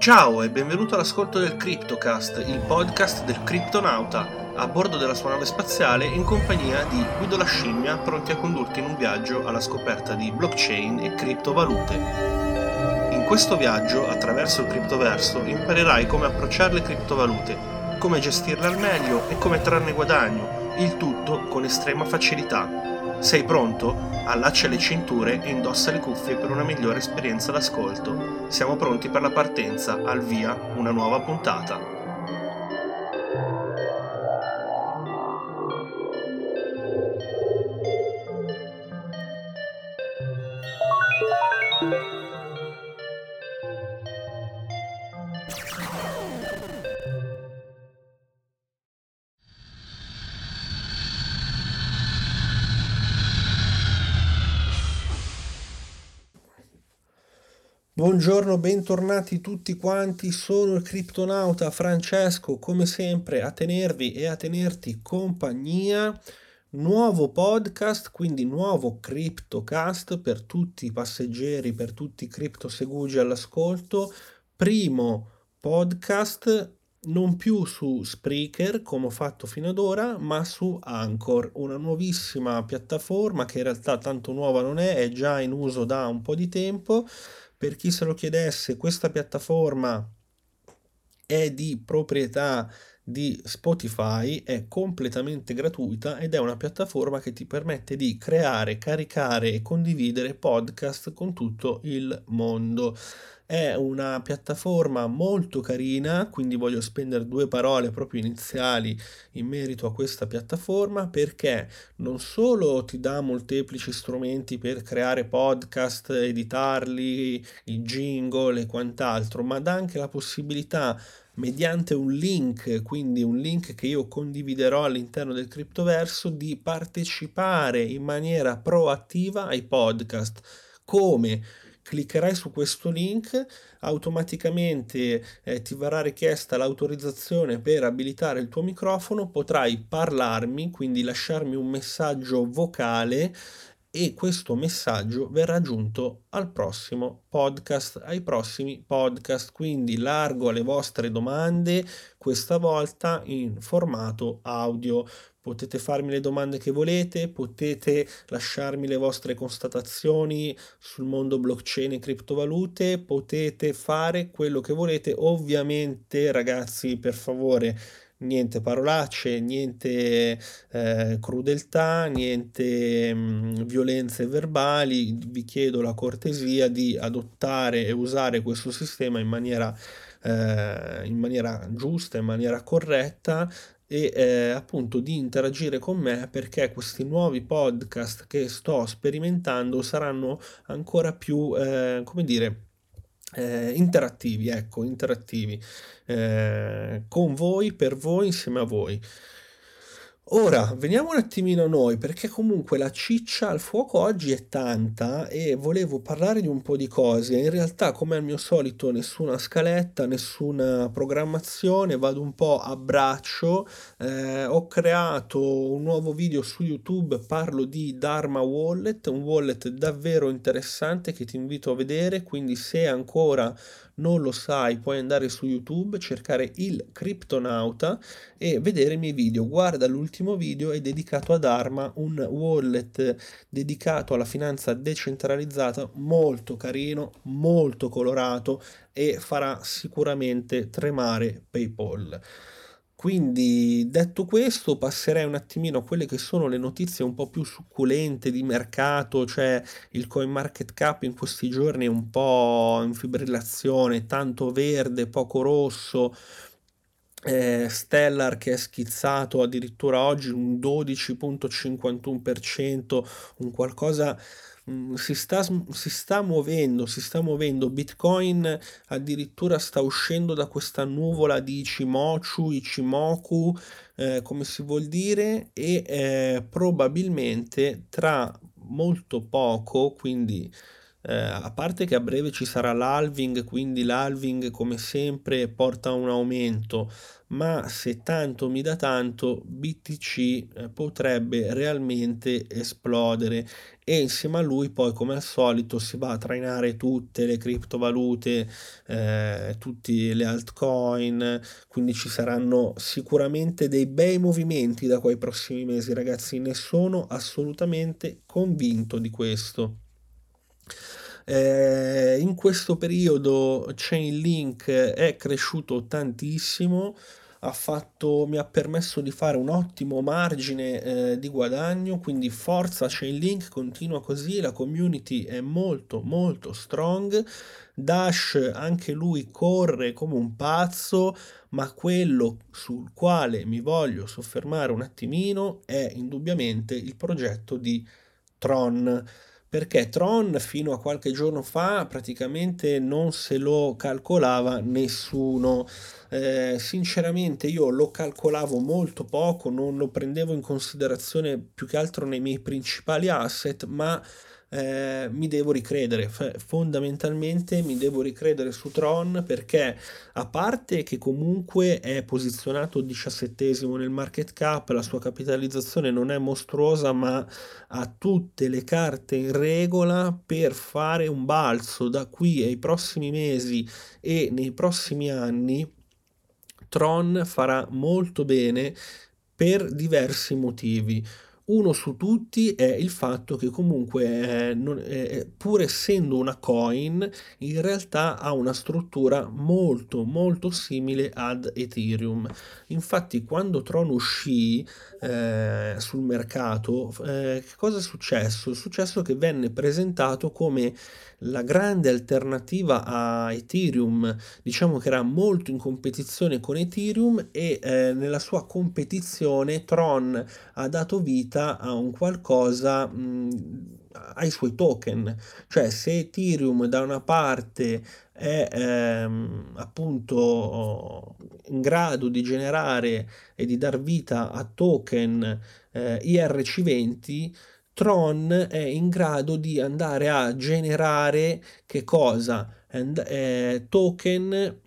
Ciao e benvenuto all'ascolto del CryptoCast, il podcast del criptonauta, a bordo della sua nave spaziale in compagnia di Guido la Scimmia, pronti a condurti in un viaggio alla scoperta di blockchain e criptovalute. In questo viaggio, attraverso il criptoverso, imparerai come approcciare le criptovalute, come gestirle al meglio e come trarne guadagno, il tutto con estrema facilità. Sei pronto? Allaccia le cinture e indossa le cuffie per una migliore esperienza d'ascolto. Siamo pronti per la partenza, al via, una nuova puntata. Buongiorno, bentornati tutti quanti, sono il criptonauta Francesco, come sempre a tenervi e a tenerti compagnia. Nuovo podcast, quindi nuovo CryptoCast per tutti i passeggeri, per tutti i criptosegugi all'ascolto. Primo podcast non più su Spreaker come ho fatto fino ad ora, ma su Anchor, una nuovissima piattaforma che in realtà tanto nuova non è già in uso da un po' di tempo. Per chi se lo chiedesse, questa piattaforma è di proprietà di Spotify, è completamente gratuita ed è una piattaforma che ti permette di creare, caricare e condividere podcast con tutto il mondo. È una piattaforma molto carina, quindi voglio spendere due parole proprio iniziali in merito a questa piattaforma perché non solo ti dà molteplici strumenti per creare podcast, editarli, i jingle e quant'altro, ma dà anche la possibilità mediante un link, quindi un link che io condividerò all'interno del criptoverso, di partecipare in maniera proattiva ai podcast. Come? Cliccherai su questo link, automaticamente ti verrà richiesta l'autorizzazione per abilitare il tuo microfono, potrai parlarmi, quindi lasciarmi un messaggio vocale e questo messaggio verrà aggiunto al prossimo podcast, ai prossimi podcast, quindi largo alle vostre domande, questa volta in formato audio. Potete farmi le domande che volete, potete lasciarmi le vostre constatazioni sul mondo blockchain e criptovalute, potete fare quello che volete. Ovviamente, ragazzi, per favore, niente parolacce, niente crudeltà, niente violenze verbali. Vi chiedo la cortesia di adottare e usare questo sistema in maniera giusta, in maniera corretta e appunto di interagire con me, perché questi nuovi podcast che sto sperimentando saranno ancora più, come dire, interattivi, ecco, interattivi, con voi, per voi, insieme a voi. Ora, veniamo un attimino a noi, perché comunque la ciccia al fuoco oggi è tanta e volevo parlare di un po' di cose. In realtà, come al mio solito, nessuna scaletta, nessuna programmazione, vado un po' a braccio. Ho creato un nuovo video su YouTube, parlo di Dharma Wallet, un wallet davvero interessante che ti invito a vedere, quindi se ancora non lo sai, puoi andare su YouTube, cercare il Criptonauta e vedere i miei video. Guarda, l'ultimo video è dedicato ad Dharma, un wallet dedicato alla finanza decentralizzata, molto carino, molto colorato e farà sicuramente tremare PayPal. Quindi, detto questo, passerei un attimino a quelle che sono le notizie un po' più succulente di mercato, cioè il CoinMarketCap in questi giorni è un po' in fibrillazione, tanto verde, poco rosso. Stellar che è schizzato addirittura oggi un 12,51%, un qualcosa, si sta muovendo. Bitcoin addirittura sta uscendo da questa nuvola di Ichimoku, come si vuol dire, e probabilmente tra molto poco, quindi a parte che a breve ci sarà l'halving, quindi l'halving come sempre porta a un aumento, ma se tanto mi dà tanto, BTC potrebbe realmente esplodere e insieme a lui poi come al solito si va a trainare tutte le criptovalute, tutte le altcoin, quindi ci saranno sicuramente dei bei movimenti da quei prossimi mesi, ragazzi, ne sono assolutamente convinto di questo. In questo periodo Chainlink è cresciuto tantissimo, mi ha permesso di fare un ottimo margine di guadagno, quindi forza Chainlink, continua così, la community è molto molto strong. Dash anche lui corre come un pazzo, ma quello sul quale mi voglio soffermare un attimino è indubbiamente il progetto di Tron, perché Tron fino a qualche giorno fa praticamente non se lo calcolava nessuno. Sinceramente io lo calcolavo molto poco, non lo prendevo in considerazione più che altro nei miei principali asset, ma mi devo ricredere, fondamentalmente mi devo ricredere su Tron perché a parte che comunque è posizionato 17esimo nel market cap, la sua capitalizzazione non è mostruosa, ma ha tutte le carte in regola per fare un balzo da qui ai prossimi mesi e nei prossimi anni. Tron farà molto bene per diversi motivi. Uno su tutti è il fatto che comunque, pur essendo una coin, in realtà ha una struttura molto molto simile ad Ethereum. Infatti, quando Tron uscì sul mercato, che cosa è successo? È successo che venne presentato come la grande alternativa a Ethereum, diciamo che era molto in competizione con Ethereum e nella sua competizione Tron ha dato vita a un qualcosa, ai suoi token, cioè se Ethereum da una parte è appunto in grado di generare e di dar vita a token IRC20, Tron è in grado di andare a generare che cosa? Token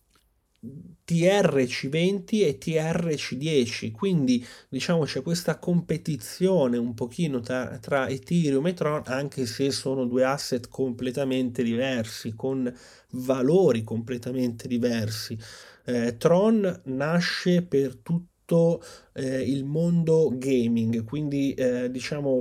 TRC20 e TRC10, quindi diciamo c'è questa competizione un pochino tra Ethereum e Tron, anche se sono due asset completamente diversi, con valori completamente diversi. Tron nasce per tutto il mondo gaming, quindi diciamo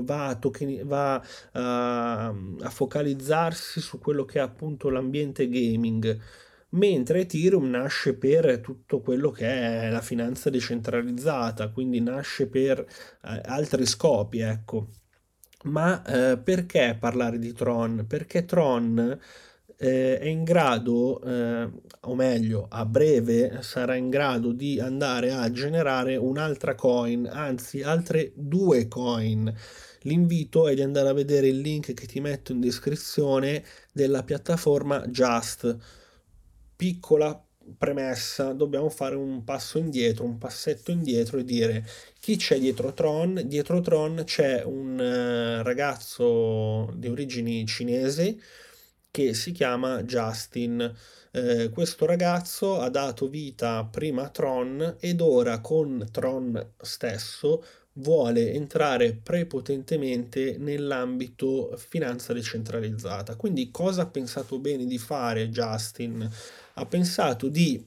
va a focalizzarsi su quello che è appunto l'ambiente gaming, mentre Ethereum nasce per tutto quello che è la finanza decentralizzata, quindi nasce per altri scopi, ecco. Ma perché parlare di Tron? Perché Tron è in grado, o meglio, a breve sarà in grado di andare a generare un'altra coin, anzi altre due coin. L'invito è di andare a vedere il link che ti metto in descrizione della piattaforma Just. Piccola premessa, dobbiamo fare un passo indietro, un passetto indietro e dire chi c'è dietro Tron? Dietro Tron c'è un ragazzo di origini cinesi che si chiama Justin. Questo ragazzo ha dato vita prima a Tron ed ora con Tron stesso vuole entrare prepotentemente nell'ambito finanza decentralizzata. Quindi cosa ha pensato bene di fare Justin? Ha pensato di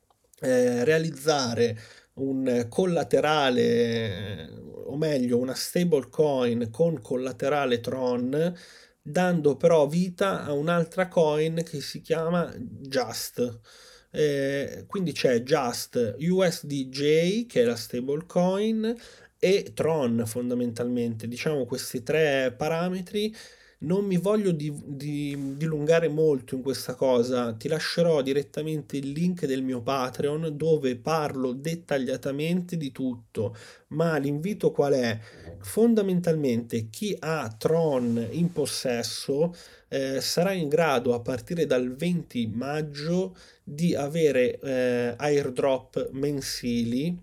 realizzare un collaterale, o meglio, una stablecoin con collaterale Tron, dando però vita a un'altra coin che si chiama Just. Quindi c'è Just USDJ, che è la stablecoin, e Tron fondamentalmente. Diciamo questi tre parametri. Non mi voglio dilungare molto in questa cosa, ti lascerò direttamente il link del mio Patreon dove parlo dettagliatamente di tutto, ma l'invito qual è? Fondamentalmente chi ha Tron in possesso sarà in grado a partire dal 20 maggio di avere airdrop mensili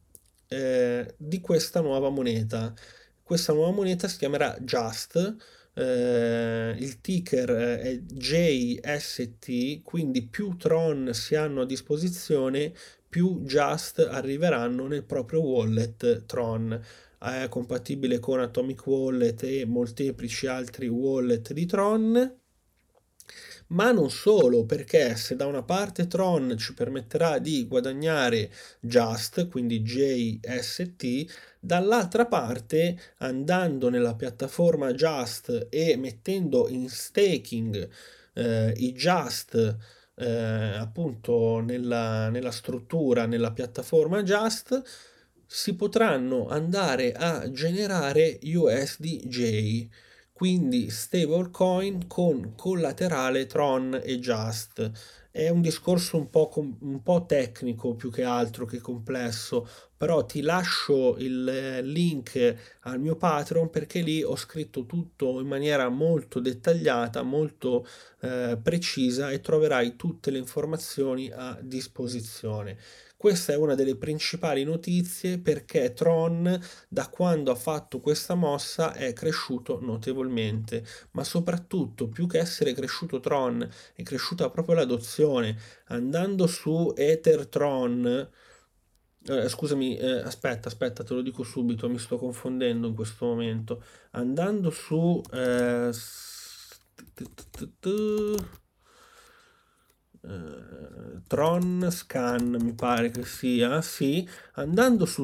di questa nuova moneta. Questa nuova moneta si chiamerà Just, il ticker è JST, quindi più Tron si hanno a disposizione, più Just arriveranno nel proprio wallet Tron. È compatibile con Atomic Wallet e molteplici altri wallet di Tron. Ma non solo, perché se da una parte Tron ci permetterà di guadagnare Just, quindi JST, dall'altra parte, andando nella piattaforma Just e mettendo in staking i Just appunto nella struttura, nella piattaforma Just, si potranno andare a generare USDJ, quindi stablecoin con collaterale Tron e Just. È un discorso un po' tecnico più che altro che complesso, però ti lascio il link al mio Patreon perché lì ho scritto tutto in maniera molto dettagliata, molto precisa e troverai tutte le informazioni a disposizione. Questa è una delle principali notizie perché Tron da quando ha fatto questa mossa è cresciuto notevolmente, ma soprattutto più che essere cresciuto Tron è cresciuta proprio l'adozione. Andando su EtherTron, scusami, aspetta, te lo dico subito, mi sto confondendo in questo momento. Andando su Tron Scan, mi pare che sia, sì, andando su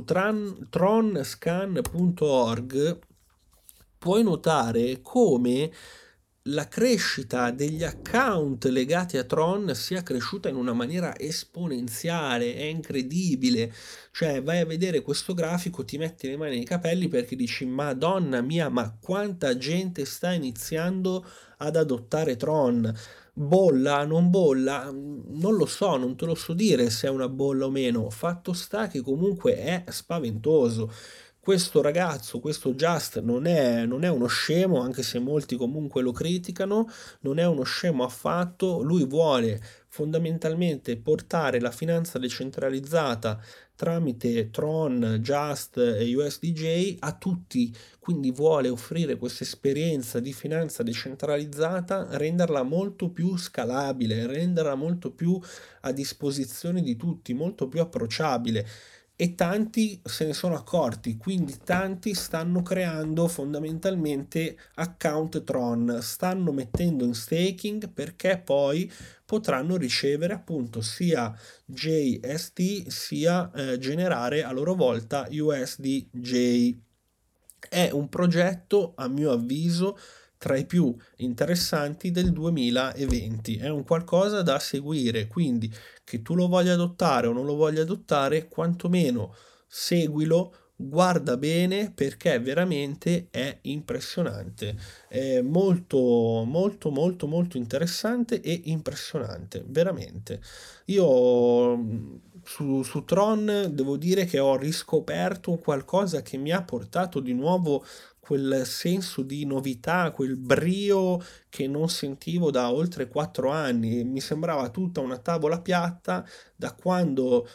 tronscan.org puoi notare come la crescita degli account legati a Tron sia cresciuta in una maniera esponenziale, è incredibile. Cioè, vai a vedere questo grafico, ti metti le mani nei capelli perché dici, Madonna mia, ma quanta gente sta iniziando ad adottare Tron. Bolla, non bolla? Non lo so, non te lo so dire se è una bolla o meno. Fatto sta che comunque è spaventoso. Questo ragazzo, questo Just, non è uno scemo, anche se molti comunque lo criticano, non è uno scemo affatto. Lui vuole fondamentalmente portare la finanza decentralizzata tramite Tron, Just e USDJ a tutti, quindi vuole offrire questa esperienza di finanza decentralizzata, renderla molto più scalabile, renderla molto più a disposizione di tutti, molto più approcciabile. E tanti se ne sono accorti, quindi tanti stanno creando fondamentalmente account Tron, stanno mettendo in staking perché poi potranno ricevere appunto sia JST sia generare a loro volta USDJ. È un progetto, a mio avviso, tra i più interessanti del 2020. È un qualcosa da seguire, quindi che tu lo voglia adottare o non lo voglia adottare, quantomeno seguilo, guarda bene perché veramente è impressionante. È molto, molto, molto, molto interessante e impressionante, veramente. Io su Tron devo dire che ho riscoperto un qualcosa che mi ha portato di nuovo quel senso di novità, quel brio che non sentivo da oltre 4 anni. Mi sembrava tutta una tavola piatta da quando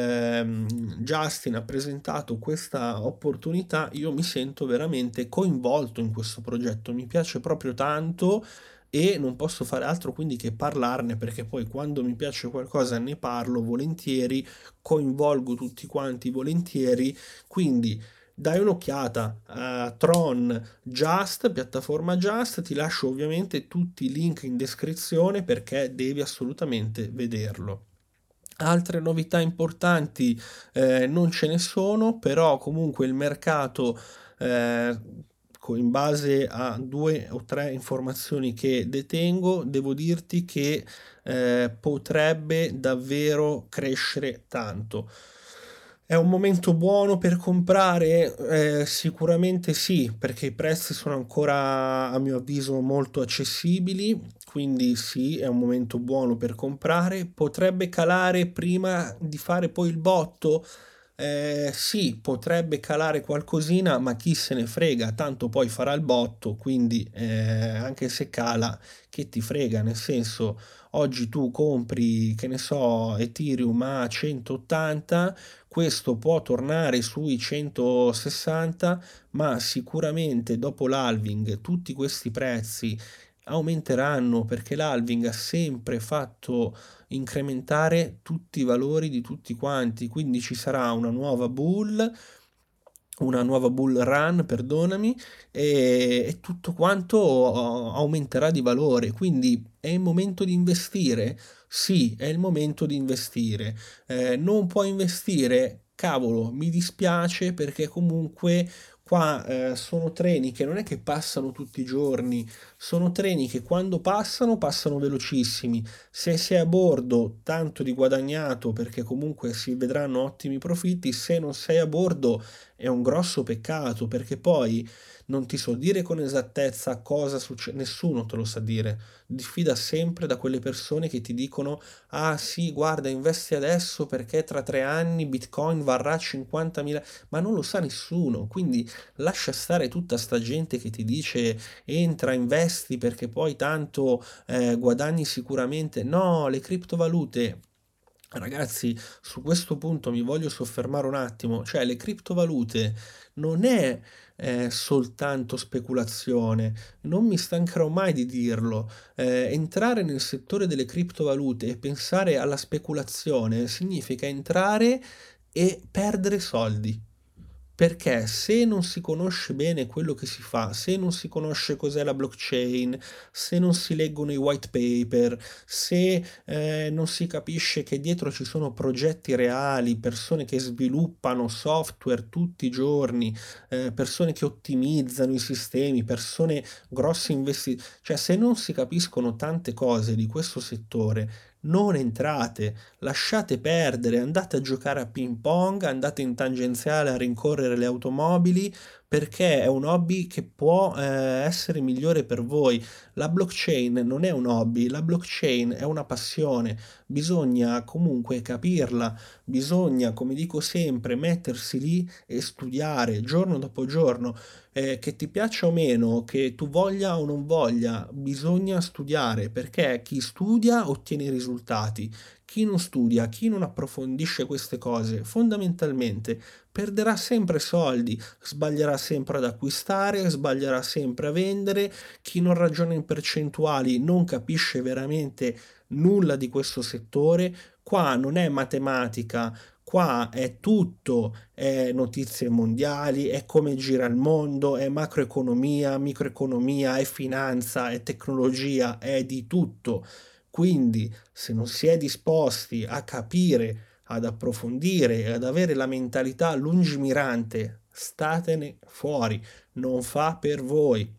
Justin ha presentato questa opportunità. Io mi sento veramente coinvolto in questo progetto, mi piace proprio tanto e non posso fare altro quindi che parlarne perché poi quando mi piace qualcosa ne parlo volentieri, coinvolgo tutti quanti volentieri, quindi dai un'occhiata a Tron Just, piattaforma Just, ti lascio ovviamente tutti i link in descrizione perché devi assolutamente vederlo. Altre novità importanti non ce ne sono, però comunque il mercato, eh, in base a 2 o 3 informazioni che detengo, devo dirti che potrebbe davvero crescere tanto. È un momento buono per comprare? Sicuramente sì, perché i prezzi sono ancora, a mio avviso, molto accessibili, quindi sì, è un momento buono per comprare. Potrebbe calare prima di fare poi il botto? Sì, potrebbe calare qualcosina, ma chi se ne frega, tanto poi farà il botto, quindi anche se cala, che ti frega, nel senso, oggi tu compri, che ne so, Ethereum a 180, questo può tornare sui 160, ma sicuramente dopo l'halving tutti questi prezzi aumenteranno, perché l'halving ha sempre fatto incrementare tutti i valori di tutti quanti, quindi ci sarà una nuova bull run, perdonami, e tutto quanto aumenterà di valore. Quindi è il momento di investire? Sì, è il momento di investire. Non puoi investire? Cavolo, mi dispiace perché comunque qua sono treni che non è che passano tutti i giorni, sono treni che quando passano passano velocissimi. Se sei a bordo, tanto di guadagnato perché comunque si vedranno ottimi profitti. Se non sei a bordo, è un grosso peccato perché poi non ti so dire con esattezza cosa succede, nessuno te lo sa dire. Diffida sempre da quelle persone che ti dicono: ah sì, guarda, investi adesso perché tra 3 anni Bitcoin varrà 50.000, ma non lo sa nessuno. Quindi lascia stare tutta sta gente che ti dice entra, investi perché poi tanto guadagni sicuramente. No, le criptovalute. Ragazzi, su questo punto mi voglio soffermare un attimo, cioè le criptovalute non è soltanto speculazione, non mi stancherò mai di dirlo. Entrare nel settore delle criptovalute e pensare alla speculazione significa entrare e perdere soldi. Perché se non si conosce bene quello che si fa, se non si conosce cos'è la blockchain, se non si leggono i white paper, se non si capisce che dietro ci sono progetti reali, persone che sviluppano software tutti i giorni, persone che ottimizzano i sistemi, persone grossi investitori, cioè se non si capiscono tante cose di questo settore, non entrate, lasciate perdere, andate a giocare a ping pong, andate in tangenziale a rincorrere le automobili, perché è un hobby che può essere migliore per voi. La blockchain non è un hobby, la blockchain è una passione, bisogna comunque capirla, bisogna, come dico sempre, mettersi lì e studiare giorno dopo giorno. Che ti piaccia o meno, che tu voglia o non voglia, bisogna studiare perché chi studia ottiene i risultati. Chi non studia, chi non approfondisce queste cose, fondamentalmente perderà sempre soldi, sbaglierà sempre ad acquistare, sbaglierà sempre a vendere. Chi non ragiona in percentuali non capisce veramente nulla di questo settore. Qua non è matematica, qua è tutto, è notizie mondiali, è come gira il mondo, è macroeconomia, microeconomia, è finanza, è tecnologia, è di tutto. Quindi, se non si è disposti a capire, ad approfondire e ad avere la mentalità lungimirante, statene fuori, non fa per voi.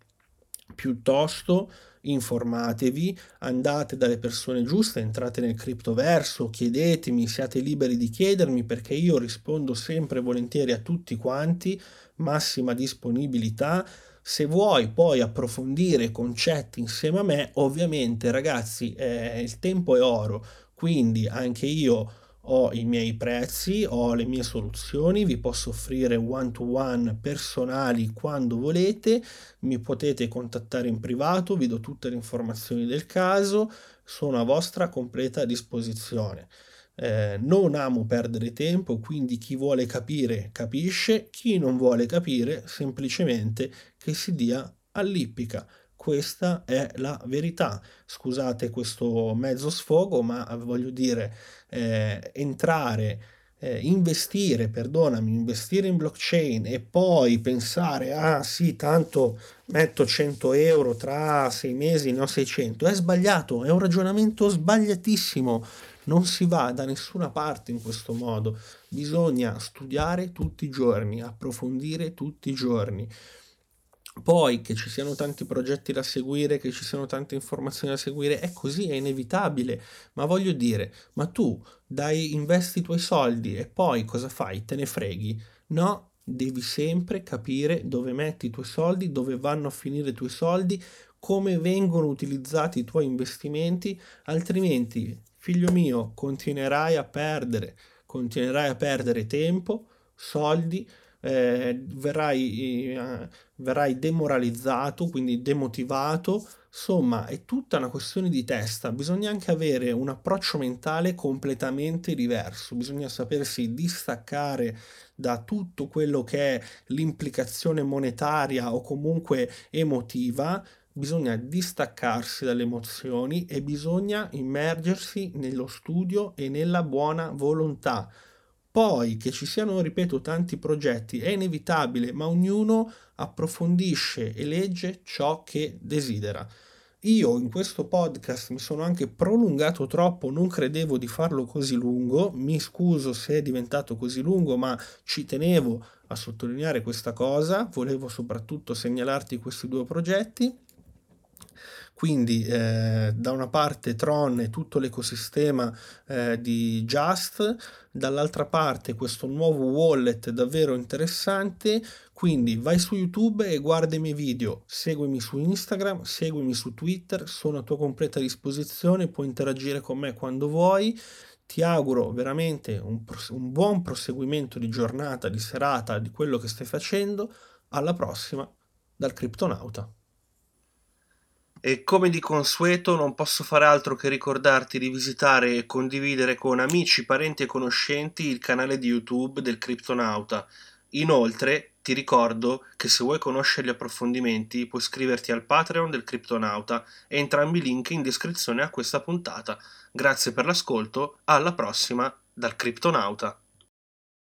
Piuttosto informatevi, andate dalle persone giuste, entrate nel criptoverso, chiedetemi, siate liberi di chiedermi perché io rispondo sempre volentieri a tutti quanti, massima disponibilità. Se vuoi poi approfondire concetti insieme a me, ovviamente ragazzi, il tempo è oro, quindi anche io ho i miei prezzi, ho le mie soluzioni, vi posso offrire one to one personali quando volete, mi potete contattare in privato, vi do tutte le informazioni del caso, sono a vostra completa disposizione. Non amo perdere tempo, quindi chi vuole capire capisce, chi non vuole capire semplicemente che si dia all'ippica. Questa è la verità. Scusate questo mezzo sfogo, ma voglio dire, investire, perdonami, investire in blockchain e poi pensare, ah sì, tanto metto 100 euro, tra 6 mesi ne ho 600, è sbagliato, è un ragionamento sbagliatissimo. Non si va da nessuna parte in questo modo. Bisogna studiare tutti i giorni, approfondire tutti i giorni. Poi che ci siano tanti progetti da seguire, che ci siano tante informazioni da seguire, è così, è inevitabile. Ma voglio dire, ma tu investi i tuoi soldi e poi cosa fai? Te ne freghi? No, devi sempre capire dove metti i tuoi soldi, dove vanno a finire i tuoi soldi, come vengono utilizzati i tuoi investimenti, altrimenti, figlio mio, continuerai a perdere tempo, soldi, verrai demoralizzato, quindi demotivato. Insomma, è tutta una questione di testa, bisogna anche avere un approccio mentale completamente diverso, bisogna sapersi distaccare da tutto quello che è l'implicazione monetaria o comunque emotiva, bisogna distaccarsi dalle emozioni e bisogna immergersi nello studio e nella buona volontà. Poi che ci siano, ripeto, tanti progetti è inevitabile, ma ognuno approfondisce e legge ciò che desidera. Io in questo podcast mi sono anche prolungato troppo, non credevo di farlo così lungo, mi scuso se è diventato così lungo, ma ci tenevo a sottolineare questa cosa, volevo soprattutto segnalarti questi due progetti. Quindi da una parte Tron e tutto l'ecosistema di Just, dall'altra parte questo nuovo wallet davvero interessante. Quindi vai su YouTube e guarda i miei video, seguimi su Instagram, seguimi su Twitter, sono a tua completa disposizione, puoi interagire con me quando vuoi. Ti auguro veramente un buon proseguimento di giornata, di serata, di quello che stai facendo. Alla prossima dal Criptonauta. E come di consueto non posso fare altro che ricordarti di visitare e condividere con amici, parenti e conoscenti il canale di YouTube del Criptonauta. Inoltre, ti ricordo che se vuoi conoscere gli approfondimenti puoi iscriverti al Patreon del Criptonauta e entrambi i link in descrizione a questa puntata. Grazie per l'ascolto, alla prossima dal Criptonauta.